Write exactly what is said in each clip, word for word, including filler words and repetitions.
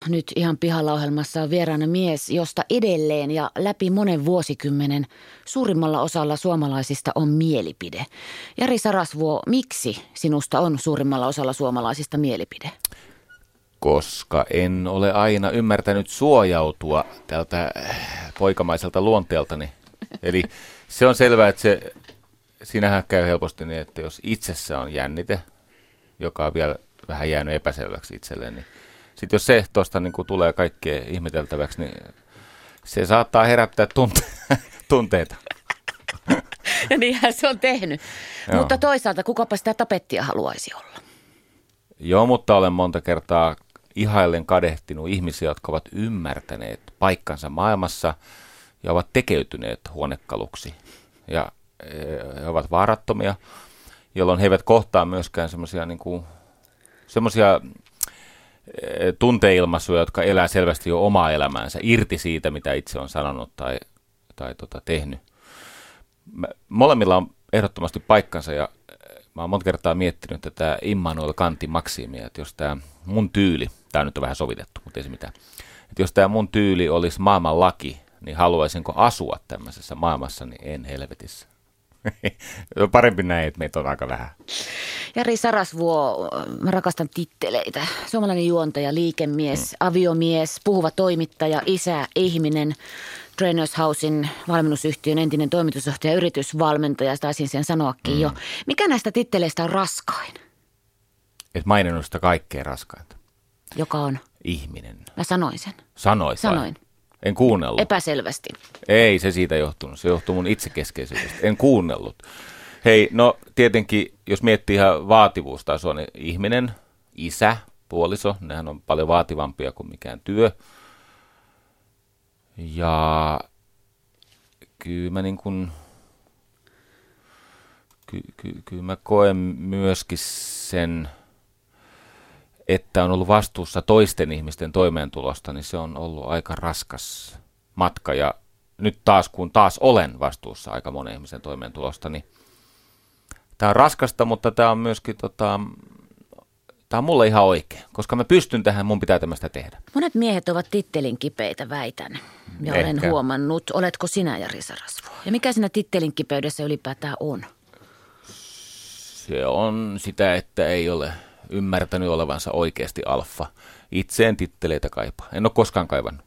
Nyt ihan pihalla ohjelmassa on vieraana mies, josta edelleen ja läpi monen vuosikymmenen suurimmalla osalla suomalaisista on mielipide. Jari Sarasvuo, miksi sinusta on suurimmalla osalla suomalaisista mielipide? Koska en ole aina ymmärtänyt suojautua tältä poikamaiselta luonteeltani. Eli se on selvää, että se, siinähän käy helposti niin, että jos itsessä on jännite, joka on vielä vähän jäänyt epäselväksi itselleen, niin sitten jos se tuosta niin tulee kaikkea ihmeteltäväksi, niin se saattaa herättää tunte- tunteita. Ja niinhän se on tehnyt. Joo. Mutta toisaalta kukapa sitä tapettia haluaisi olla? Joo, mutta olen monta kertaa ihaillen kadehtinut ihmisiä, jotka ovat ymmärtäneet paikkansa maailmassa ja ovat tekeytyneet huonekaluksi. Ja he ovat vaarattomia, jolloin he eivät kohtaa myöskään semmoisia niin kuin, semmoisia tunteilmaisuja, jotka elää selvästi jo omaa elämäänsä, irti siitä, mitä itse on sanonut tai, tai tota, tehnyt. Mä, molemmilla on ehdottomasti paikkansa, ja mä oon monta kertaa miettinyt tätä Immanuel Kantin maksiimia, että jos tämä mun tyyli, tämä nyt on vähän sovitettu, mutta ei se mitään, että jos tämä mun tyyli olisi maailman laki, niin haluaisinko asua tämmöisessä maailmassa, niin en helvetissä. Parempi näin, että meitä on aika vähän. Jari Sarasvuo, mä rakastan titteleitä. Suomalainen juontaja, liikemies, mm. aviomies, puhuva toimittaja, isä, ihminen, Trainers Housein valmennusyhtiön entinen toimitusjohtaja, yritysvalmentaja, taisin sen sanoakin mm. jo. Mikä näistä titteleistä on raskain? Et maininnut sitä kaikkein raskainta. Joka on? Ihminen. Mä sanoin sen. Sanoit Sanoin. Vai? En kuunnellut. Epäselvästi. Ei se siitä johtunut. Se johtuu mun itsekeskeisyydestä. En kuunnellut. Hei, no tietenkin, jos miettii ihan vaativuustasoa, niin ihminen, isä, puoliso, nehän on paljon vaativampia kuin mikään työ. Ja kyllä mä niin kuin, ky, ky, kyllä mä koen myöskin sen, että on ollut vastuussa toisten ihmisten toimeentulosta, niin se on ollut aika raskas matka. Ja nyt taas, kun taas olen vastuussa aika monen ihmisen toimeentulosta, niin tämä on raskasta, mutta tämä on myöskin, tota, tämä on mulle ihan oikein, koska mä pystyn tähän, mun pitää tämmöistä tehdä. Monet miehet ovat tittelin kipeitä, väitän, ja Ehkä. olen huomannut. Oletko sinä, Jari Sarasvuo? Ja mikä siinä tittelin kipeydessä ylipäätään on? Se on sitä, että ei ole ymmärtänyt olevansa oikeasti alfa. Itse en titteleitä kaipaa. En ole koskaan kaivannut.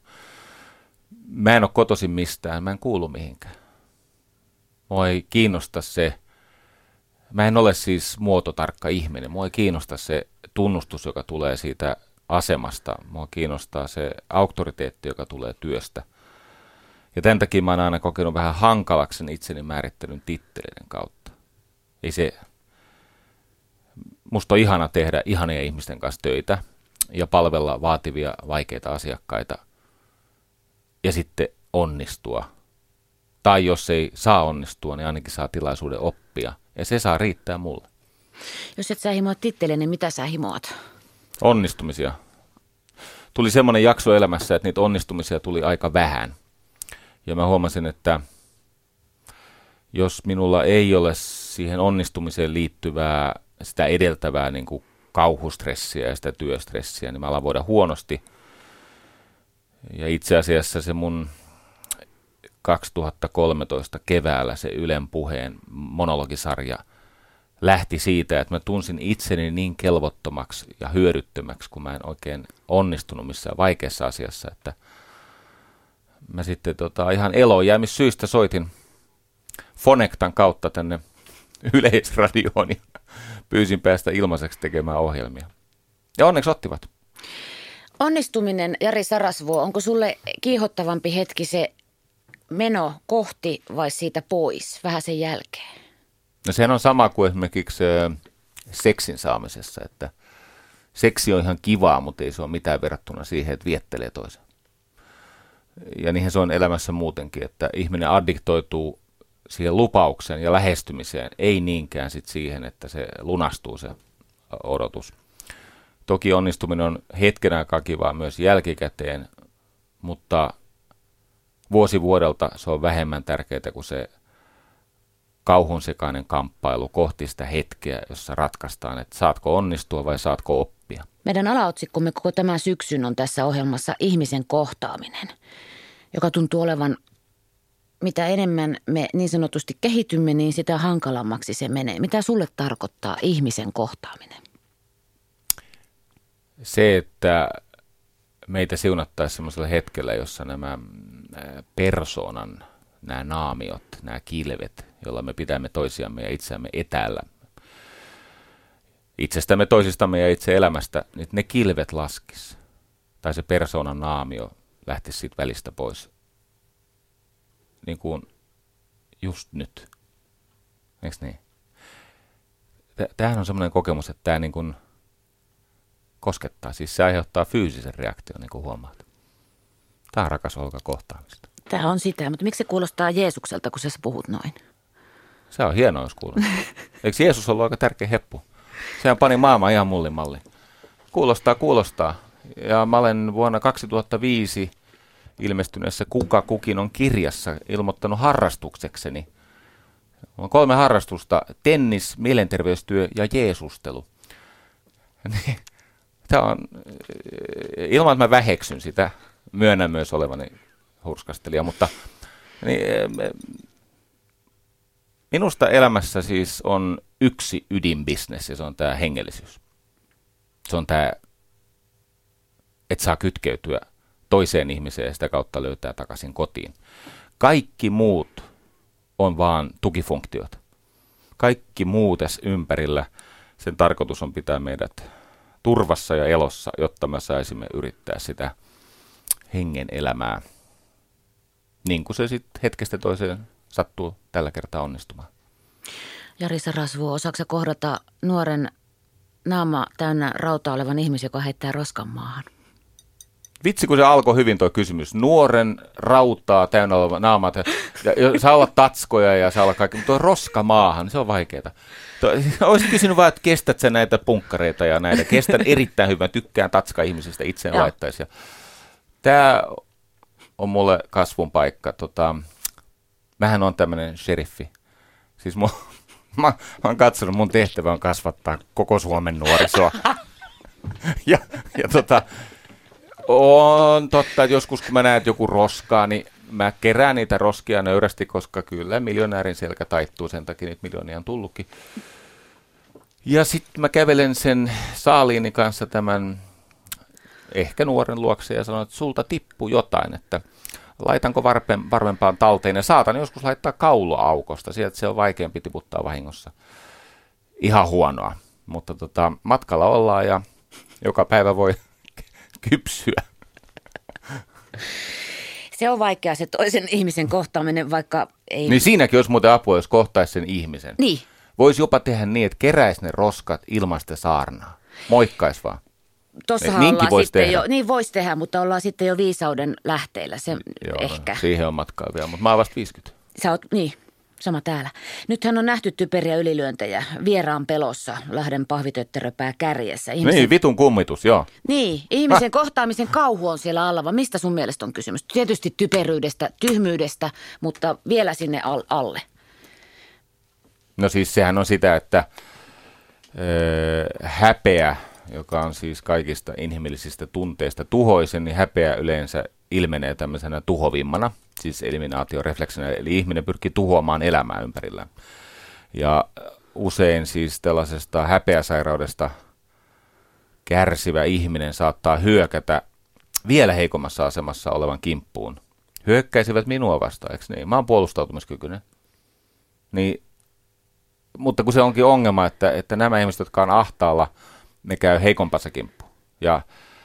Mä en ole kotoisin mistään. Mä en kuulu mihinkään. Mua ei kiinnosta se. Mä en ole siis muototarkka ihminen. Mua ei kiinnosta se tunnustus, joka tulee siitä asemasta. Mua kiinnostaa se auktoriteetti, joka tulee työstä. Ja tämän takia mä oon aina kokenut vähän hankalaksi sen itseni määrittelyn titteleiden kautta. Ei se... Musta on ihana tehdä ihania ihmisten kanssa töitä ja palvella vaativia, vaikeita asiakkaita ja sitten onnistua. Tai jos ei saa onnistua, niin ainakin saa tilaisuuden oppia. Ja se saa riittää mulle. Jos et sä himoa tittele, niin mitä sä himoat? Onnistumisia. Tuli semmoinen jakso elämässä, että niitä onnistumisia tuli aika vähän. Ja mä huomasin, että jos minulla ei ole siihen onnistumiseen liittyvää sitä edeltävää niin kuin kauhustressiä ja sitä työstressiä, niin mä alan voida huonosti. Ja itse asiassa se mun kaksituhattakolmetoista keväällä se Ylen Puheen monologisarja lähti siitä, että mä tunsin itseni niin kelvottomaksi ja hyödyttömäksi, kun mä en oikein onnistunut missään vaikeassa asiassa, että mä sitten tota, ihan elonjäämissyistä soitin Fonectan kautta tänne Yleisradioon ja pyysin päästä ilmaiseksi tekemään ohjelmia. Ja onneksi ottivat. Onnistuminen, Jari Sarasvuo, onko sulle kiihottavampi hetki se meno kohti vai siitä pois, vähän sen jälkeen? No sehän on sama kuin esimerkiksi seksin saamisessa, että seksi on ihan kivaa, mutta ei se ole mitään verrattuna siihen, että viettelee toisen. Ja niinhän se on elämässä muutenkin, että ihminen addiktoituu siihen lupaukseen ja lähestymiseen, ei niinkään sit siihen, että se lunastuu se odotus. Toki onnistuminen on hetken aikaa kivaa myös jälkikäteen, mutta vuosi vuodelta se on vähemmän tärkeää kuin se kauhunsekainen kamppailu kohti sitä hetkeä, jossa ratkaistaan, että saatko onnistua vai saatko oppia. Meidän alaotsikkomme koko tämän syksyn on tässä ohjelmassa ihmisen kohtaaminen, joka tuntuu olevan, mitä enemmän me niin sanotusti kehitymme, niin sitä hankalammaksi se menee. Mitä sulle tarkoittaa ihmisen kohtaaminen? Se, että meitä siunattaisiin sellaisella hetkellä, jossa nämä persoonan, nämä naamiot, nämä kilvet, joilla me pidämme toisiamme ja itseämme etäällä, itsestämme, toisistamme ja itse elämästä, niin ne kilvet laskis. Tai se persoonan naamio lähtisi siitä välistä pois. Niin kuin just nyt. Eikö niin? Tämähän on semmoinen kokemus, että tämä niin kuin koskettaa. Siis se aiheuttaa fyysisen reaktion, niin kuin huomaat. Tämä on rakas olka kohtaamista. Tämä on sitä, mutta miksi se kuulostaa Jeesukselta, kun sä puhut noin? Se on hienoa, jos kuulostaa. Eikö Jeesus ollut aika tärkeä heppu? Sehän pani maailman ihan mullimalli. Kuulostaa, kuulostaa. Ja mä olen vuonna kaksituhattaviisi ilmestyneessä Kuka kukin on -kirjassa ilmoittanut harrastuksekseni. On kolme harrastusta: tennis, mielenterveystyö ja jeesustelu. Tämä on, ilman että mä väheksyn sitä, myönnän myös olevani hurskastelija, mutta niin, minusta elämässä siis on yksi ydinbisnes ja se on tämä hengellisyys. Se on tämä, että saa kytkeytyä toiseen ihmiseen ja sitä kautta löytää takaisin kotiin. Kaikki muut on vaan tukifunktiot. Kaikki muu tässä ympärillä, sen tarkoitus on pitää meidät turvassa ja elossa, jotta me saisimme yrittää sitä hengen elämää, niin kuin se sitten hetkestä toiseen sattuu tällä kertaa onnistumaan. Jari Sarasvuo, osaatko kohdata nuoren naama täynnä rautaa olevan ihmisen, joka heittää roskan maahan? Vitsi, kun se alkoi hyvin tuo kysymys. Nuoren rautaa täynnä oleva naama. Ja saa olla tatskoja ja saa olla kaikki, mutta tuo roska maahan, se on vaikeaa. Olisin kysynyt vaan, että kestät sä näitä punkkareita ja näitä. Kestän erittäin hyvän, tykkään tatska-ihmisistä, itseään laittaisi. Tämä on mulle kasvun paikka. Tota, mähän on tämmöinen sheriffi. Siis mä, mä, mä oon katsonut, mun tehtävä on kasvattaa koko Suomen nuorisoa. ja ja tota, on totta, että joskus kun mä näen joku roskaa, niin mä kerään niitä roskia nöyrästi, koska kyllä miljonäärin selkä taittuu, sen takia niitä miljoonia on tullutkin. Ja sitten mä kävelen sen saaliini kanssa tämän ehkä nuoren luokse ja sanon, että sulta tippuu jotain, että laitanko varpen, varmempaan talteen ja saatan joskus laittaa kauluaukosta, sieltä se on vaikeampi tiputtaa vahingossa. Ihan huonoa, mutta tota, matkalla ollaan ja joka päivä voi kypsyä. Se on vaikea se toisen ihmisen kohtaaminen, vaikka ei... Niin siinäkin olisi muuten apua, jos kohtaisi sen ihmisen. Niin. Voisi jopa tehdä niin, että keräisi ne roskat ilman sitä saarnaa. Moikkaisi vaan. Tossahan ollaan vois sitten tehdä. jo, niin voisi tehdä, mutta ollaan sitten jo viisauden lähteillä, se Joo, ehkä. Siihen on matkaa vielä, mutta mä oon vasta viisikymmentä. Sä oot, niin, sama täällä. Nythän on nähty typeriä ylilyöntejä vieraan pelossa, Lahden pahvitötteröpää kärjessä. Ihmisen... Niin, vitun kummitus, joo. Niin, ihmisen ah. kohtaamisen kauhu on siellä alla, vaan mistä sun mielestä on kysymys? Tietysti typeryydestä, tyhmyydestä, mutta vielä sinne al- alle. No siis sehän on sitä, että öö, häpeä, joka on siis kaikista inhimillisistä tunteista tuhoisen, niin häpeä yleensä ilmenee tämmöisenä tuhovimmana, siis eliminaatiorefleksinä, eli ihminen pyrkii tuhoamaan elämää ympärillä. Ja usein siis tällaisesta häpeäsairaudesta kärsivä ihminen saattaa hyökätä vielä heikommassa asemassa olevan kimppuun. Hyökkäisivät minua vastaan, eikö niin? Mä oon puolustautumiskykyinen. Niin, mutta kun se onkin ongelma, että, että nämä ihmiset, jotka on ahtaalla, ne käy heikompassa kimppuun. Ja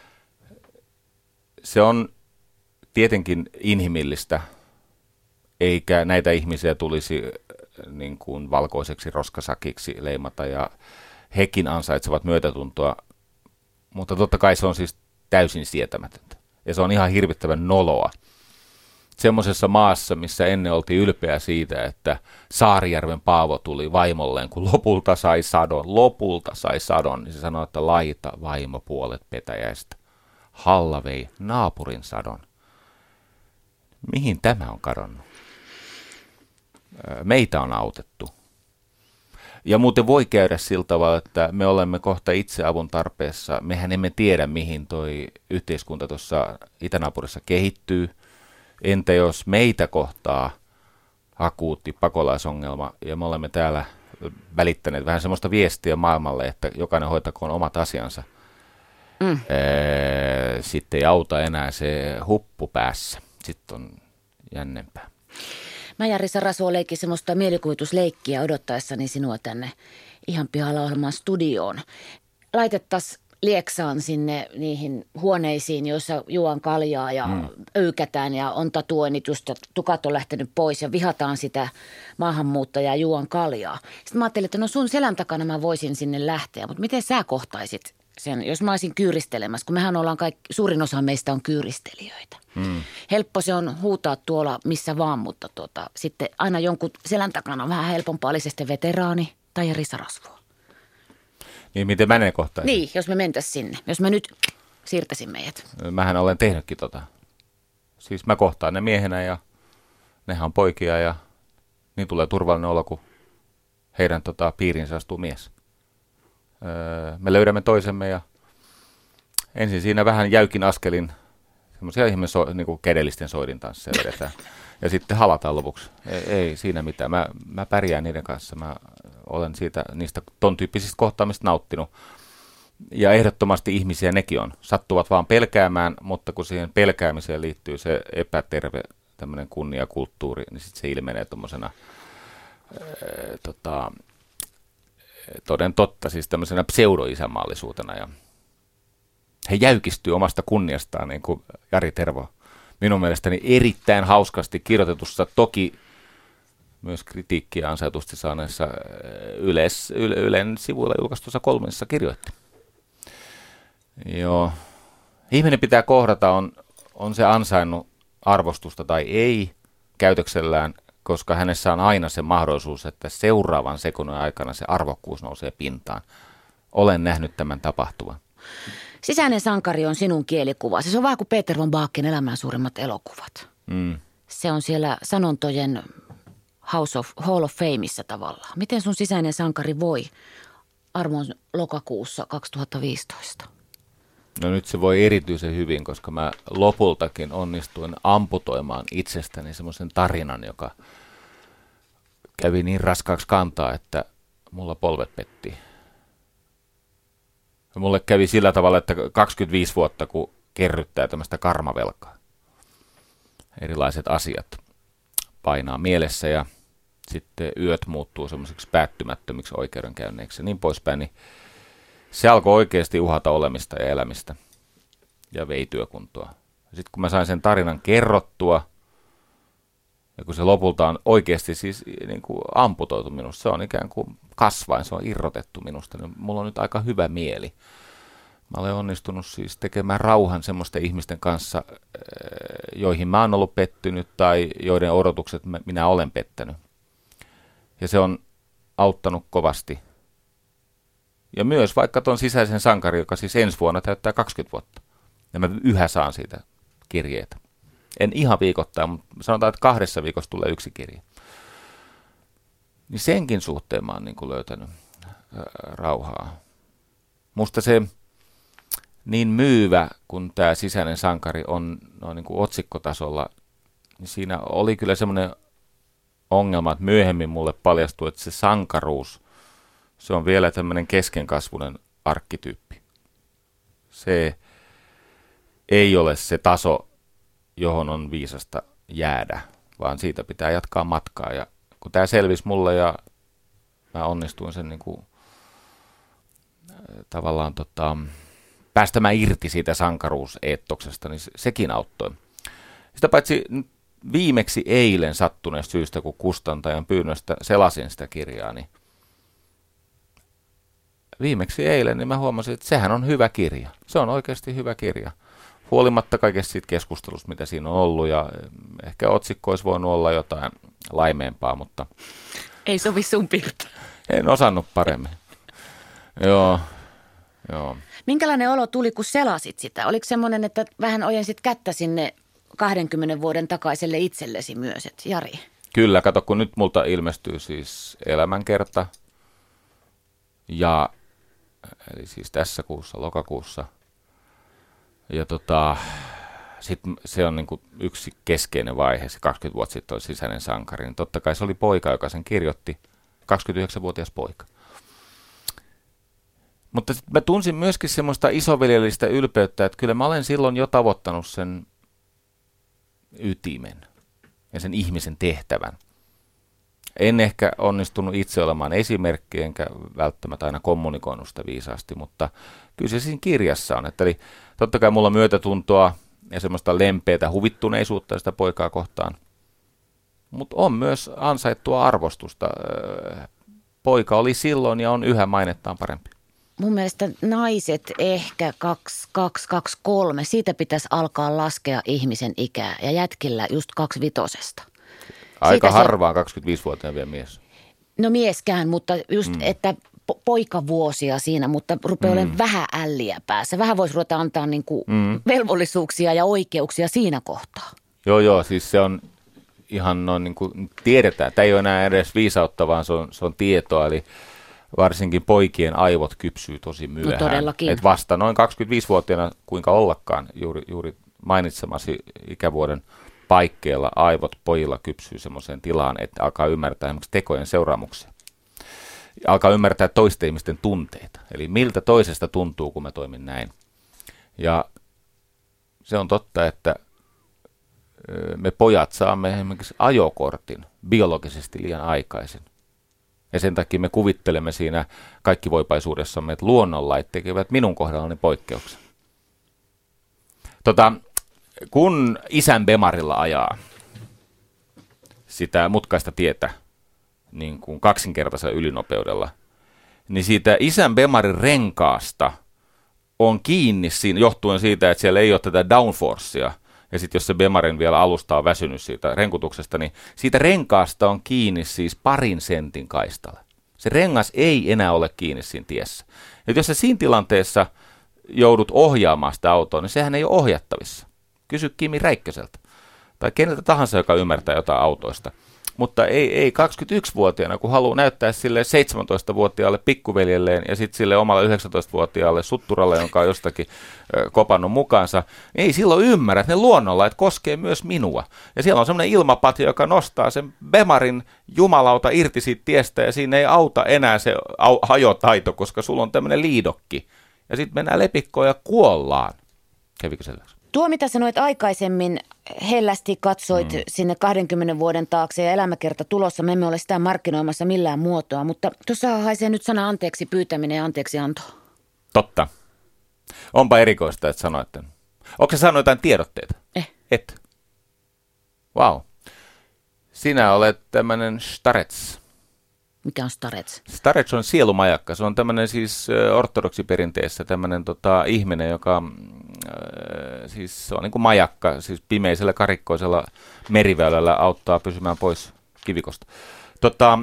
se on tietenkin inhimillistä, eikä näitä ihmisiä tulisi niin kuin valkoiseksi roskasakiksi leimata, ja hekin ansaitsevat myötätuntoa, mutta totta kai se on siis täysin sietämätöntä. Ja se on ihan hirvittävän noloa. Semmoisessa maassa, missä ennen oltiin ylpeä siitä, että Saarijärven Paavo tuli vaimolleen, kun lopulta sai sadon, lopulta sai sadon, niin se sanoi, että laita vaimo puolet petäjäistä. Halla vei naapurin sadon. Mihin tämä on kadonnut? Meitä on autettu. Ja muuten voi käydä sillä tavalla, että me olemme kohta itse avun tarpeessa. Mehän emme tiedä, mihin toi yhteiskunta tuossa itänaapurissa kehittyy. Entä jos meitä kohtaa akuutti pakolaisongelma ja me olemme täällä välittäneet vähän semmoista viestiä maailmalle, että jokainen hoitakoon omat asiansa. Mm. Ee, sitten ei auta enää se huppu päässä. Sitten on jännempää. Mä Jari Sarasvuo leikin semmoista mielikuvitusleikkiä odottaessani sinua tänne ihan pihalla ohjelman studioon. Laitettaisiin Lieksaan sinne niihin huoneisiin, joissa juon kaljaa ja mm. öykätään ja on tatuoinnit just, että tukat on lähtenyt pois ja vihataan sitä maahanmuuttajaa juon kaljaa. Sitten mä ajattelin, että no sun selän takana mä voisin sinne lähteä, mutta miten sä kohtaisit sen, jos mä olisin kyyristelemässä, kun mehän ollaan kaikki, suurin osa meistä on kyyristelijöitä. Mm. Helppo se on huutaa tuolla missä vaan, mutta tuota, sitten aina jonkun selän takana on vähän helpompaa, oli se sitten veteraani tai Jari Sarasvuo. Niin miten mä ne kohtaisin? Niin, jos me mentäisiin sinne, jos mä nyt siirtäisin meidät. Mähän olen tehnytkin tota. Siis mä kohtaan ne miehenä ja nehän on poikia ja niin tulee turvallinen olo, kun heidän tota, piirinsä astuu mies. Öö, me löydämme toisemme ja ensin siinä vähän jäykin askelin semmoisia ihmisen so, niin kuin kedellisten soidin tansseja vedetään. Ja sitten halataan lopuksi. Ei, ei siinä mitään. Mä, mä pärjään niiden kanssa. Mä olen siitä, niistä ton tyyppisistä kohtaamista nauttinut. Ja ehdottomasti ihmisiä nekin on. Sattuvat vaan pelkäämään, mutta kun siihen pelkäämiseen liittyy se epäterve tämmöinen kunniakulttuuri, niin sitten se ilmenee tuommoisena tota, toden totta, siis tämmöisenä pseudo-isämaallisuutena. Ja he jäykistyy omasta kunniastaan, niin kuin Jari Tervo minun mielestäni erittäin hauskasti kirjoitetussa, toki myös kritiikkiä ansaitusti saaneessa Yles, Yle, Ylen sivuilla julkaistussa kolmessa kirjoitti. Joo. Ihminen pitää kohdata, on, on se ansainnut arvostusta tai ei käytöksellään, koska hänessä on aina se mahdollisuus, että seuraavan sekunnin aikana se arvokkuus nousee pintaan. Olen nähnyt tämän tapahtuvan. Sisäinen sankari on sinun kielikuva. Se on vähän kuin Peter von Baaken elämän suurimmat elokuvat. Mm. Se on siellä sanontojen House of, Hall of Fameissa tavallaan. Miten sun sisäinen sankari voi arvon lokakuussa kaksituhattaviisitoista? No nyt se voi erityisen hyvin, koska mä lopultakin onnistuin amputoimaan itsestäni semmoisen tarinan, joka kävi niin raskaaksi kantaa, että mulla polvet petti. Mulle kävi sillä tavalla, että kaksikymmentäviisi vuotta, kun kerryttää tämmöistä karmavelkaa. Erilaiset asiat painaa mielessä ja sitten yöt muuttuu semmoisiksi päättymättömiksi oikeudenkäynneiksi ja niin poispäin. Niin se alkoi oikeasti uhata olemista ja elämistä ja vei työkuntoa. Sitten kun mä sain sen tarinan kerrottua ja kun se lopulta on oikeasti siis niin kuin amputoitu minusta, se on ikään kuin kasvain, se on irrotettu minusta, niin mulla on nyt aika hyvä mieli. Mä olen onnistunut siis tekemään rauhan semmoisten ihmisten kanssa, joihin mä oon ollut pettynyt tai joiden odotukset minä olen pettänyt. Ja se on auttanut kovasti. Ja myös vaikka tuon sisäisen sankari, joka siis ensi vuonna täyttää kaksikymmentä vuotta. Ja mä yhä saan siitä kirjeitä. En ihan viikoittain, mutta sanotaan, että kahdessa viikossa tulee yksi kirje. Niin senkin suhteen mä oon niin kuin löytänyt ää, rauhaa. Musta se niin myyvä, kun tämä sisäinen sankari on, on niin kuin otsikkotasolla, niin siinä oli kyllä semmoinen ongelma, että myöhemmin mulle paljastui, että se sankaruus, se on vielä tämmöinen keskenkasvuinen arkkityyppi. Se ei ole se taso, johon on viisasta jäädä, vaan siitä pitää jatkaa matkaa. Ja kun tämä selvisi mulle ja mä onnistuin sen niin kuin, tavallaan tota, päästämään irti siitä sankaruuseettoksesta, niin sekin auttoi. Sitä paitsi viimeksi eilen sattuneesta syystä, kun kustantajan pyynnöstä selasin sitä kirjaa, niin viimeksi eilen niin mä huomasin, että sehän on hyvä kirja. Se on oikeasti hyvä kirja. Huolimatta kaikesta siitä keskustelusta, mitä siinä on ollut, ja ehkä otsikko olisi voinut olla jotain laimeempaa, mutta ei sovi sun piirtaan. En osannut paremmin. Joo, joo. Minkälainen olo tuli, kun selasit sitä? Oliko semmoinen, että vähän ojensit kättä sinne kahdenkymmenen vuoden takaiselle itsellesi myös, että Jari? Kyllä, kato, kun nyt multa ilmestyy siis elämänkerta, Ja, eli siis tässä kuussa, lokakuussa. Ja tota, sit se on niinku yksi keskeinen vaihe, se kaksikymmentä vuotta sitten oli Sisäinen sankari. Niin totta kai se oli poika, joka sen kirjoitti, kaksikymmentäyhdeksänvuotias poika. Mutta sit mä tunsin myöskin semmoista isoveljellistä ylpeyttä, että kyllä mä olen silloin jo tavoittanut sen ytimen ja sen ihmisen tehtävän. En ehkä onnistunut itse olemaan esimerkki, enkä välttämättä aina kommunikoinut sitä viisaasti, mutta kyllä se siinä kirjassa on. Että eli totta kai mulla on myötätuntoa ja semmoista lempeätä huvittuneisuutta sitä poikaa kohtaan, mutta on myös ansaittua arvostusta. Poika oli silloin ja on yhä mainettaan parempi. Mun mielestä naiset ehkä kaksi, kaksi, kaksi, kolme, siitä pitäisi alkaa laskea ihmisen ikää ja jätkillä just kaksi vitosesta. Aika Siitä harvaan kaksikymmentäviisivuotiaan vielä mies. No mieskään, mutta just, mm. että po- poikavuosia siinä, mutta rupeaa mm. olemaan vähän älliä päässä. Vähän voisi ruveta antaa niin kuin mm. velvollisuuksia ja oikeuksia siinä kohtaa. Joo, joo, siis se on ihan noin niin kuin tiedetään. Tämä ei ole enää edes viisautta, vaan se on, se on tietoa, eli varsinkin poikien aivot kypsyy tosi myöhään. No todellakin. Et vasta noin kaksikymmentäviisivuotiaana, kuinka ollakaan, juuri, juuri mainitsemasi ikävuoden paikkeilla aivot pojilla kypsyy semmoiseen tilaan, että alkaa ymmärtää esimerkiksi tekojen seuraamuksia. Alkaa ymmärtää toisten ihmisten tunteita. Eli miltä toisesta tuntuu, kun mä toimin näin. Ja se on totta, että me pojat saamme esimerkiksi ajokortin biologisesti liian aikaisin. Ja sen takia me kuvittelemme siinä kaikkivoipaisuudessamme, että luonnonlait tekevät minun kohdallani poikkeuksen. Tota, kun isän Bemarilla ajaa sitä mutkaista tietä niin kuin kaksinkertaisella ylinopeudella, niin siitä isän Bemarin renkaasta on kiinni siinä, johtuen siitä, että siellä ei ole tätä downforcea. Ja sitten jos se Bemarin vielä alusta on väsynyt siitä renkutuksesta, niin siitä renkaasta on kiinni siis parin sentin kaistalla. Se rengas ei enää ole kiinni siinä tiessä. Et jos sä siinä tilanteessa joudut ohjaamaan sitä autoa, niin sehän ei ole ohjattavissa. Kysy Kimi Räikköseltä tai keneltä tahansa, joka ymmärtää jotain autoista. Mutta ei, ei kaksikymmentäyksivuotiaana, kun haluaa näyttää sille seitsemäntoistavuotiaalle pikkuveljelleen ja sitten sille omalle yhdeksäntoistavuotiaalle sutturalle, jonka on jostakin ö, kopannut mukaansa, niin ei silloin ymmärrä, että ne luonnonlait koskee myös minua. Ja siellä on semmoinen ilmapatja, joka nostaa sen Bemarin jumalauta irti siitä tiestä ja siinä ei auta enää se au- hajotaito, koska sulla on tämmöinen liidokki. Ja sitten mennään lepikkoon ja kuollaan. Kävikö selväksi? Tuo, mitä sanoit aikaisemmin, hellästi katsoit mm. sinne kahdenkymmenen vuoden taakse ja elämäkerta tulossa. Me emme ole sitä markkinoimassa millään muotoa, mutta tuossa haisee nyt sana anteeksi pyytäminen ja anteeksi anto. Totta. Onpa erikoista, että sanoit tämän. Onko sä saanut jotain tiedotteita? Eh. Et. Vau. Wow. Sinä olet tämmöinen starets. Mikä on starets? Starets on sielumajakka. Se on tämmöinen siis ortodoksiperinteessä tämmöinen tota, ihminen, joka äh, siis se on niin kuin majakka, siis pimeisellä karikkoisella meriväylällä auttaa pysymään pois kivikosta. Tota,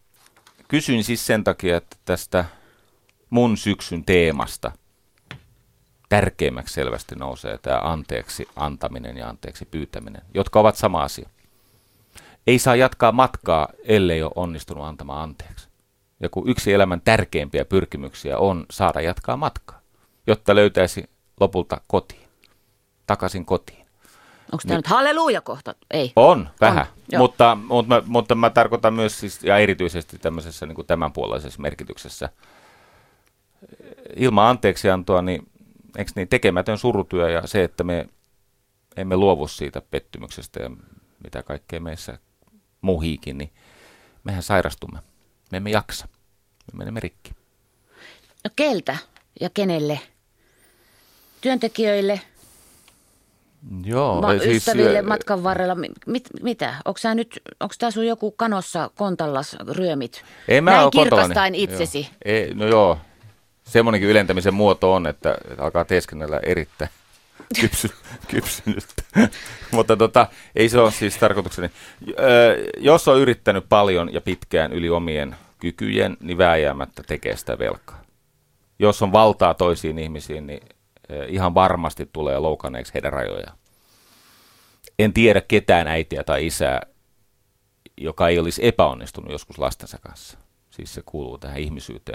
kysyin siis sen takia, että tästä mun syksyn teemasta tärkeimmäksi selvästi nousee tämä anteeksi antaminen ja anteeksi pyytäminen, jotka ovat sama asia. Ei saa jatkaa matkaa, ellei ole onnistunut antamaan anteeksi. Ja kun yksi elämän tärkeimpiä pyrkimyksiä on saada jatkaa matkaa, jotta löytäisi lopulta kotiin, takaisin kotiin. Onko tämä niin, nyt halleluja kohta? Ei. On, vähän. On, mutta, mutta, mutta mä tarkoitan myös siis, ja erityisesti tämmöisessä niin kuin tämänpuoleisessa merkityksessä. Ilman anteeksiantoa, niin eikö niin tekemätön surutyö ja se, että me emme luovu siitä pettymyksestä ja mitä kaikkea meissä muhiikin, niin mehän sairastumme. Me emme jaksa. Me menemme rikki. No keltä ja kenelle? Työntekijöille? Joo. Ma- siis, ystäville matkan varrella? Mit, mitä? Onko tämä sun joku kanossa kontallas ryömit? Ei mä Näin ole kirkastain itsesi. Joo. Ei, no joo. Semmoinenkin ylentämisen muoto on, että, että alkaa teeskennellä erittäin kypsy, kypsynyt. Mutta tota, ei se ole siis tarkoitukseni. Öö, jos on yrittänyt paljon ja pitkään yli omien kykyjen, niin vääjäämättä tekee sitä velkaa. Jos on valtaa toisiin ihmisiin, niin ihan varmasti tulee loukanneeksi heidän rajojaan. En tiedä ketään äitiä tai isää, joka ei olisi epäonnistunut joskus lastensa kanssa. Siis se kuuluu tähän ihmisyyteen.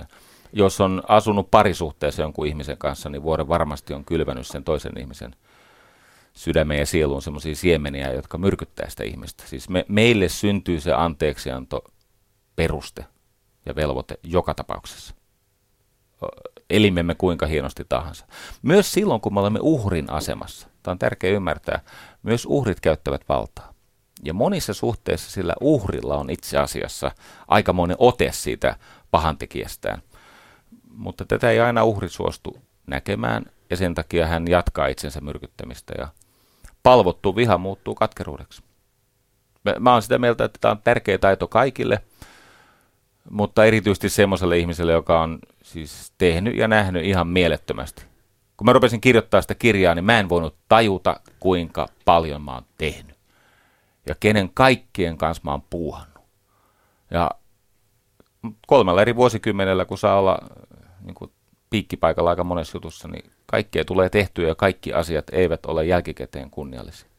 Jos on asunut parisuhteessa jonkun ihmisen kanssa, niin vuoden varmasti on kylvänyt sen toisen ihmisen sydämeen ja sieluun semmoisia siemeniä, jotka myrkyttää sitä ihmistä. Siis me, meille syntyy se anteeksianto peruste ja velvoite joka tapauksessa. Elimemme kuinka hienosti tahansa. Myös silloin, kun me olemme uhrin asemassa. Tämä on tärkeää ymmärtää. Myös uhrit käyttävät valtaa. Ja monissa suhteissa sillä uhrilla on itse asiassa aikamoinen ote siitä pahantekijästään. Mutta tätä ei aina uhri suostu näkemään, ja sen takia hän jatkaa itsensä myrkyttämistä, ja palvottu viha muuttuu katkeruudeksi. Mä oon sitä mieltä, että tämä on tärkeä taito kaikille, mutta erityisesti semmoiselle ihmiselle, joka on siis tehnyt ja nähnyt ihan mielettömästi. Kun mä rupesin kirjoittaa sitä kirjaa, niin mä en voinut tajuta, kuinka paljon mä oon tehnyt. Ja kenen kaikkien kanssa mä oon puuhannut. Ja kolmella eri vuosikymmenellä, kun saa olla niin kuin piikkipaikalla aika monessa jutussa, niin kaikkea tulee tehtyä ja kaikki asiat eivät ole jälkikäteen kunniallisia.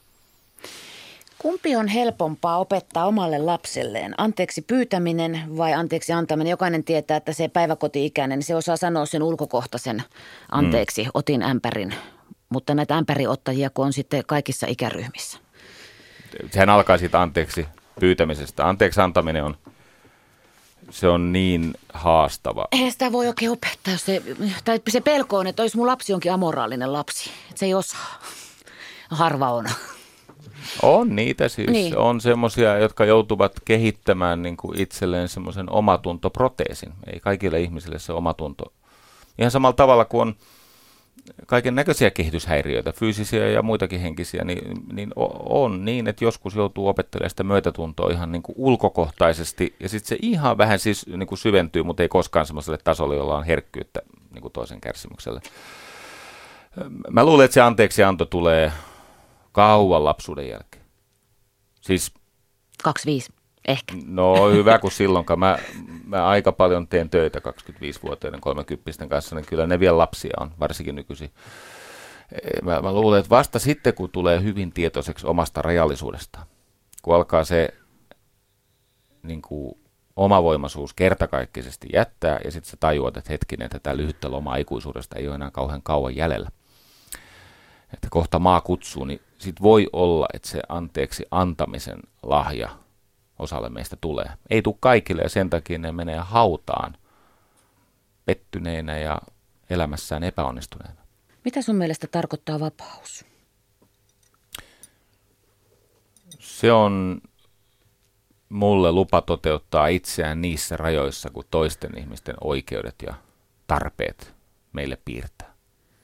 Kumpi on helpompaa opettaa omalle lapselleen? Anteeksi pyytäminen vai anteeksi antaminen? Jokainen tietää, että se päiväkoti-ikäinen, niin se osaa sanoa sen ulkokohtaisen anteeksi, mm. otin ämpärin. Mutta näitä ämpäriottajia, kun on sitten kaikissa ikäryhmissä. Sehän alkaa siitä anteeksi pyytämisestä. Anteeksi antaminen on, se on niin haastava. Eihän sitä voi oikein opettaa. Se, tai se pelko on, että olisi mun lapsi onkin amoraalinen lapsi. Että se ei osaa. Harva on. On niitä siis. Niin. On semmoisia, jotka joutuvat kehittämään niin kuin itselleen semmoisen omatuntoproteesin. Ei kaikille ihmisille se omatunto. Ihan samalla tavalla kuin on kaiken näköisiä kehityshäiriöitä, fyysisiä ja muitakin henkisiä, niin, niin on niin, että joskus joutuu opettelemaan sitä myötätuntoa ihan niin kuin ulkokohtaisesti. Ja sitten se ihan vähän siis niin kuin syventyy, mutta ei koskaan semmoiselle tasolle, jolla on herkkyyttä niin kuin toisen kärsimykselle. Mä luulen, että se anteeksianto tulee kauan lapsuuden jälkeen. Siis, kaksikymmentäviisi, ehkä. No hyvä, kun silloinkaan. Mä, mä aika paljon teen töitä kaksikymmentäviisivuotiaiden kolmekymppisten kanssa, niin kyllä ne vielä lapsia on, varsinkin nykyisin. Mä, mä luulen, että vasta sitten, kun tulee hyvin tietoiseksi omasta rajallisuudestaan, kun alkaa se niin kuin, omavoimaisuus kertakaikkisesti jättää, ja sitten sä tajuat, että hetkinen, että tätä lyhyttä lomaa aikuisuudesta ei ole enää kauhean kauan jäljellä. Että kohta maa kutsuu, niin sit voi olla, että se anteeksi antamisen lahja osalle meistä tulee. Ei tule kaikille, ja sen takia ne menee hautaan pettyneinä ja elämässään epäonnistuneena. Mitä sun mielestä tarkoittaa vapaus? Se on mulle lupa toteuttaa itseään niissä rajoissa, kun toisten ihmisten oikeudet ja tarpeet meille piirtää.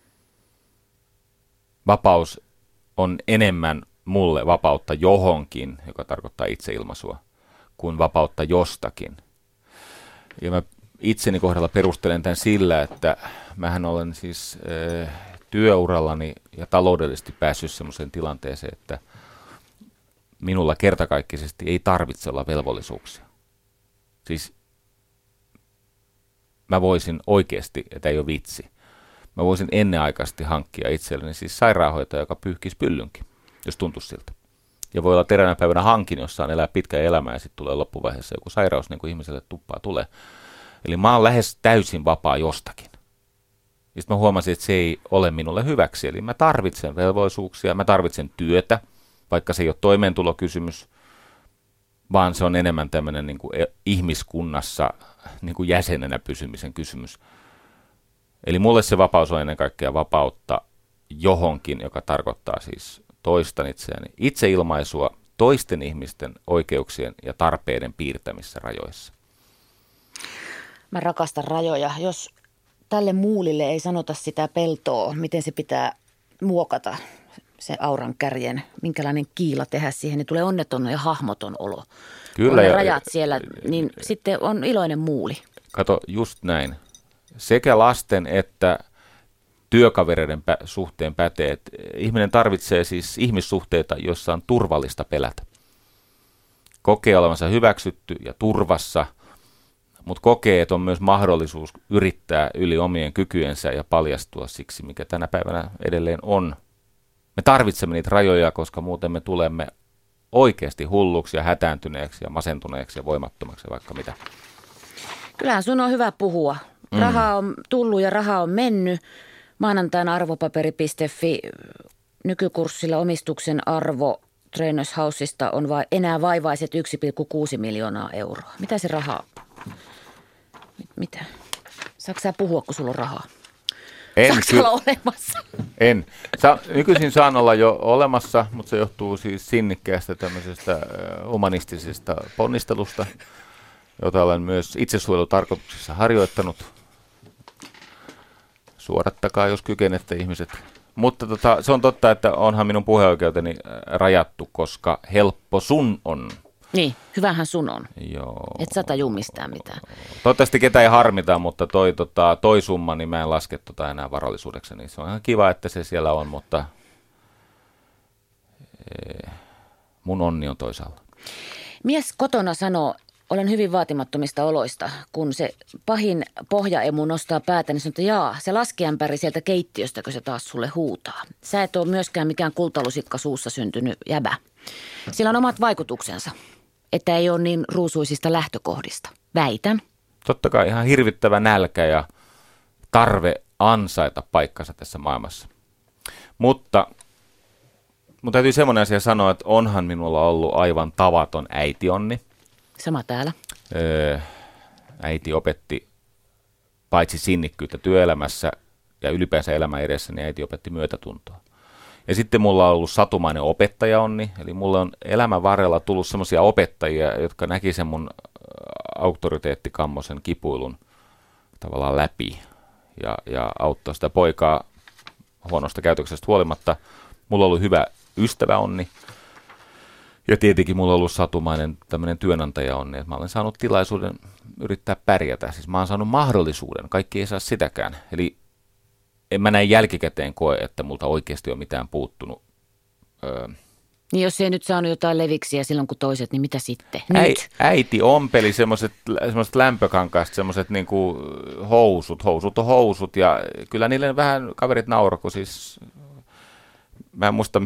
Vapaus on enemmän mulle vapautta johonkin, joka tarkoittaa itseilmaisua, kuin vapautta jostakin. Ja mä itseni kohdalla perustelen tämän sillä, että mähän olen siis äh, työurallani ja taloudellisesti päässyt semmoiseen tilanteeseen, että minulla kertakaikkisesti ei tarvitse olla velvollisuuksia. Siis mä voisin oikeasti, että ei ole vitsi, mä voisin ennenaikaisesti hankkia itselleni siis sairaanhoitaja, joka pyyhkisi pyllynkin, jos tuntuisi siltä. Ja voi olla teränä päivänä hankin, jossa on elää pitkää elämää ja sitten tulee loppuvaiheessa joku sairaus, niin kuin ihmiselle tuppaa tulee. Eli mä oon lähes täysin vapaa jostakin. Ja sitten mä huomasin, että se ei ole minulle hyväksi. Eli mä tarvitsen velvollisuuksia, mä tarvitsen työtä, vaikka se ei ole toimeentulokysymys, vaan se on enemmän tämmöinen niin kuin ihmiskunnassa niin kuin jäsenenä pysymisen kysymys. Eli mulle se vapaus on ennen kaikkea vapautta johonkin, joka tarkoittaa siis toistan itseäni itseilmaisua toisten ihmisten oikeuksien ja tarpeiden piirtämissä rajoissa. Mä rakastan rajoja. Jos tälle muulille ei sanota sitä peltoa, miten se pitää muokata, se auran kärjen, minkälainen kiila tehdä siihen, niin tulee onneton ja hahmoton olo. Kyllä. On ne rajat siellä, niin sitten on iloinen muuli. Kato, just näin. Sekä lasten että työkavereiden pä- suhteen pätee, että ihminen tarvitsee siis ihmissuhteita, joissa on turvallista pelätä. Kokee olevansa hyväksytty ja turvassa, mutta kokee, että on myös mahdollisuus yrittää yli omien kykyjensä ja paljastua siksi, mikä tänä päivänä edelleen on. Me tarvitsemme niitä rajoja, koska muuten me tulemme oikeasti hulluksi ja hätääntyneeksi ja masentuneeksi ja voimattomaksi ja vaikka mitä. Kyllähän sun on hyvä puhua. Mm. Raha on tullut ja raha on mennyt. Maanantaina arvopaperi piste fi nykykurssilla omistuksen arvo Trainers Housesta on vai, enää vaivaiset yksi pilkku kuusi miljoonaa euroa. Mitä se raha on? Mitä? Saatko sä puhua, kun sulla on rahaa? En. Saatko ky- olla olemassa? En. Sa- nykyisin saan olla jo olemassa, mutta se johtuu siis sinnikkäästä tämmöisestä humanistisesta ponnistelusta, jota olen myös itsesuojelutarkoituksessa harjoittanut. Suorattakaa, jos kykenette ihmiset. Mutta tota, se on totta, että onhan minun puheoikeuteni rajattu, koska helppo sun on. Niin, hyvähän sun on. Joo. Et sata jummistää mitään. Toivottavasti ketä ei harmita, mutta toi, tota, toi summa, niin mä en laske tota enää varallisuudeksi. Niin se on ihan kiva, että se siellä on, mutta ee, mun onni on toisaalla. Mies kotona sanoo, olen hyvin vaatimattomista oloista. Kun se pahin pohjaemu nostaa päätä, niin sanoo, että jaa, se laskiämpäri sieltä keittiöstä, kun se taas sulle huutaa. Sä et ole myöskään mikään kultalusikka suussa syntynyt jäbä. Sillä on omat vaikutuksensa, että ei ole niin ruusuisista lähtökohdista. Väitän. Totta kai ihan hirvittävä nälkä ja tarve ansaita paikkansa tässä maailmassa. Mutta mun täytyy semmoinen asia sanoa, että onhan minulla ollut aivan tavaton äitionni. Sama täällä. Öö, äiti opetti paitsi sinnikkyyttä työelämässä ja ylipäänsä elämän edessä, niin äiti opetti myötätuntoa. Ja sitten mulla on ollut satumainen opettajaonni, eli mulla on elämän varrella tullut semmoisia opettajia, jotka näki sen mun auktoriteettikammosen kipuilun tavallaan läpi ja, ja auttoi sitä poikaa huonosta käytöksestä huolimatta. Mulla on ollut hyvä ystäväonni ja tietenkin mulla on ollut satumainen tämmöinen työnantajaonni, että mä olen saanut tilaisuuden yrittää pärjätä. Siis mä oon saanut mahdollisuuden, kaikki ei saa sitäkään, eli en mä näin jälkikäteen koe, että multa oikeasti on mitään puuttunut. Öö. Niin jos ei nyt saanut jotain leviksiä silloin kuin toiset, niin mitä sitten? Äi, Nyt. Äiti ompeli semmoiset lämpökankaasta, semmoiset niinku housut, housut on housut ja kyllä niille vähän kaverit nauroi, kun siis mä en muista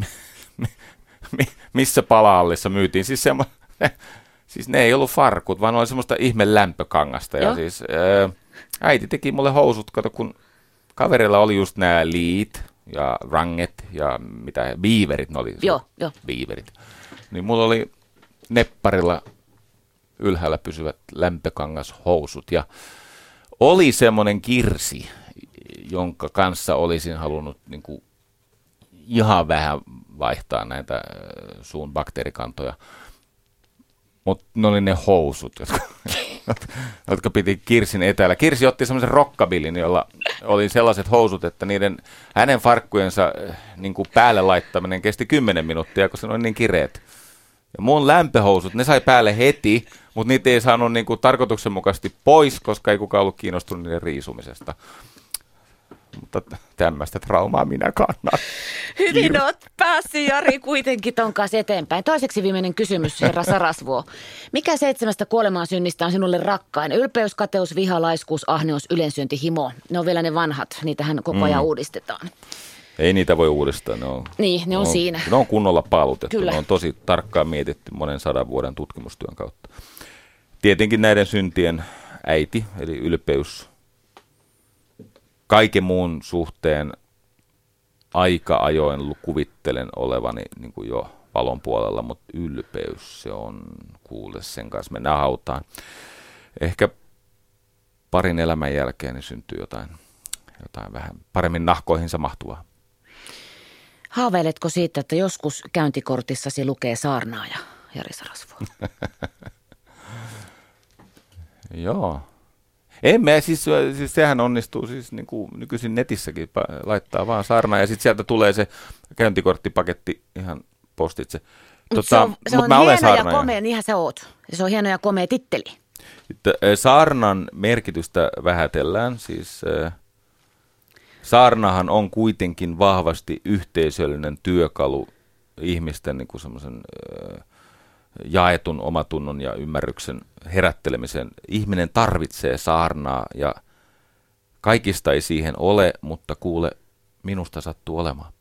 missä palahallissa myytiin. Siis, semmo, siis ne ei ollut farkut, vaan oli semmoista ihme lämpökangasta ja siis öö, äiti teki mulle housut, kato kun kaverilla oli just nämä liit ja ranget ja mitä, biiverit ne oli. Joo, jo. Biiverit. Niin mulla oli nepparilla ylhäällä pysyvät lämpökangashousut ja oli semmoinen kirsi, jonka kanssa olisin halunnut niin kuin ihan vähän vaihtaa näitä suun bakteerikantoja. Mutta ne oli ne housut, jotka, jotka piti Kirsin etäällä. Kirsi otti semmoisen rockabilin, jolla oli sellaiset housut, että niiden hänen farkkujensa niin kuin päälle laittaminen kesti kymmenen minuuttia, koska ne oli niin kireet. Ja mun lämpöhousut, ne sai päälle heti, mutta niitä ei saanut niin kuin tarkoituksenmukaisesti pois, koska ei kukaan ollut kiinnostunut niiden riisumisesta. Mutta tämmöistä traumaa minä kannan. Hyvin oot päässyt, Jari, kuitenkin ton kanssa eteenpäin. Toiseksi viimeinen kysymys, herra Sarasvuo. Mikä seitsemästä kuolemaan synnistä on sinulle rakkain? Ylpeys, kateus, viha, laiskuus, ahneus, ylensyönti, himo. Ne on vielä ne vanhat. Niitähän koko ajan mm. uudistetaan. Ei niitä voi uudistaa. Ne on, niin, ne on, ne on siinä. Ne on kunnolla paalutettu. Kyllä. Ne on tosi tarkkaan mietitty monen sadan vuoden tutkimustyön kautta. Tietenkin näiden syntien äiti, eli ylpeys, kaiken muun suhteen aika ajoin kuvittelen olevani niin kuin jo valon puolella, mutta ylpeys, se on, kuule, sen kanssa mennään hautaan. Ehkä parin elämän jälkeen niin syntyy jotain, jotain vähän paremmin nahkoihinsa mahtuvaa. Haaveiletko siitä, että joskus käyntikortissasi lukee saarnaaja, Jari Sarasvuo? Joo. Emme, siis, siis sehän onnistuu siis niin kuin nykyisin netissäkin, laittaa vaan saarnaa ja sitten sieltä tulee se käyntikorttipaketti ihan postitse. Mutta tota, se on, se on hieno ja komea, niinhän sä oot. Se on hieno ja komea titteli. Saarnan merkitystä vähätellään, siis saarnahan on kuitenkin vahvasti yhteisöllinen työkalu ihmisten niin kuin semmoisen jaetun omatunnon ja ymmärryksen herättelemisen. Ihminen tarvitsee saarnaa ja kaikista ei siihen ole, mutta kuule, minusta sattuu olemaan.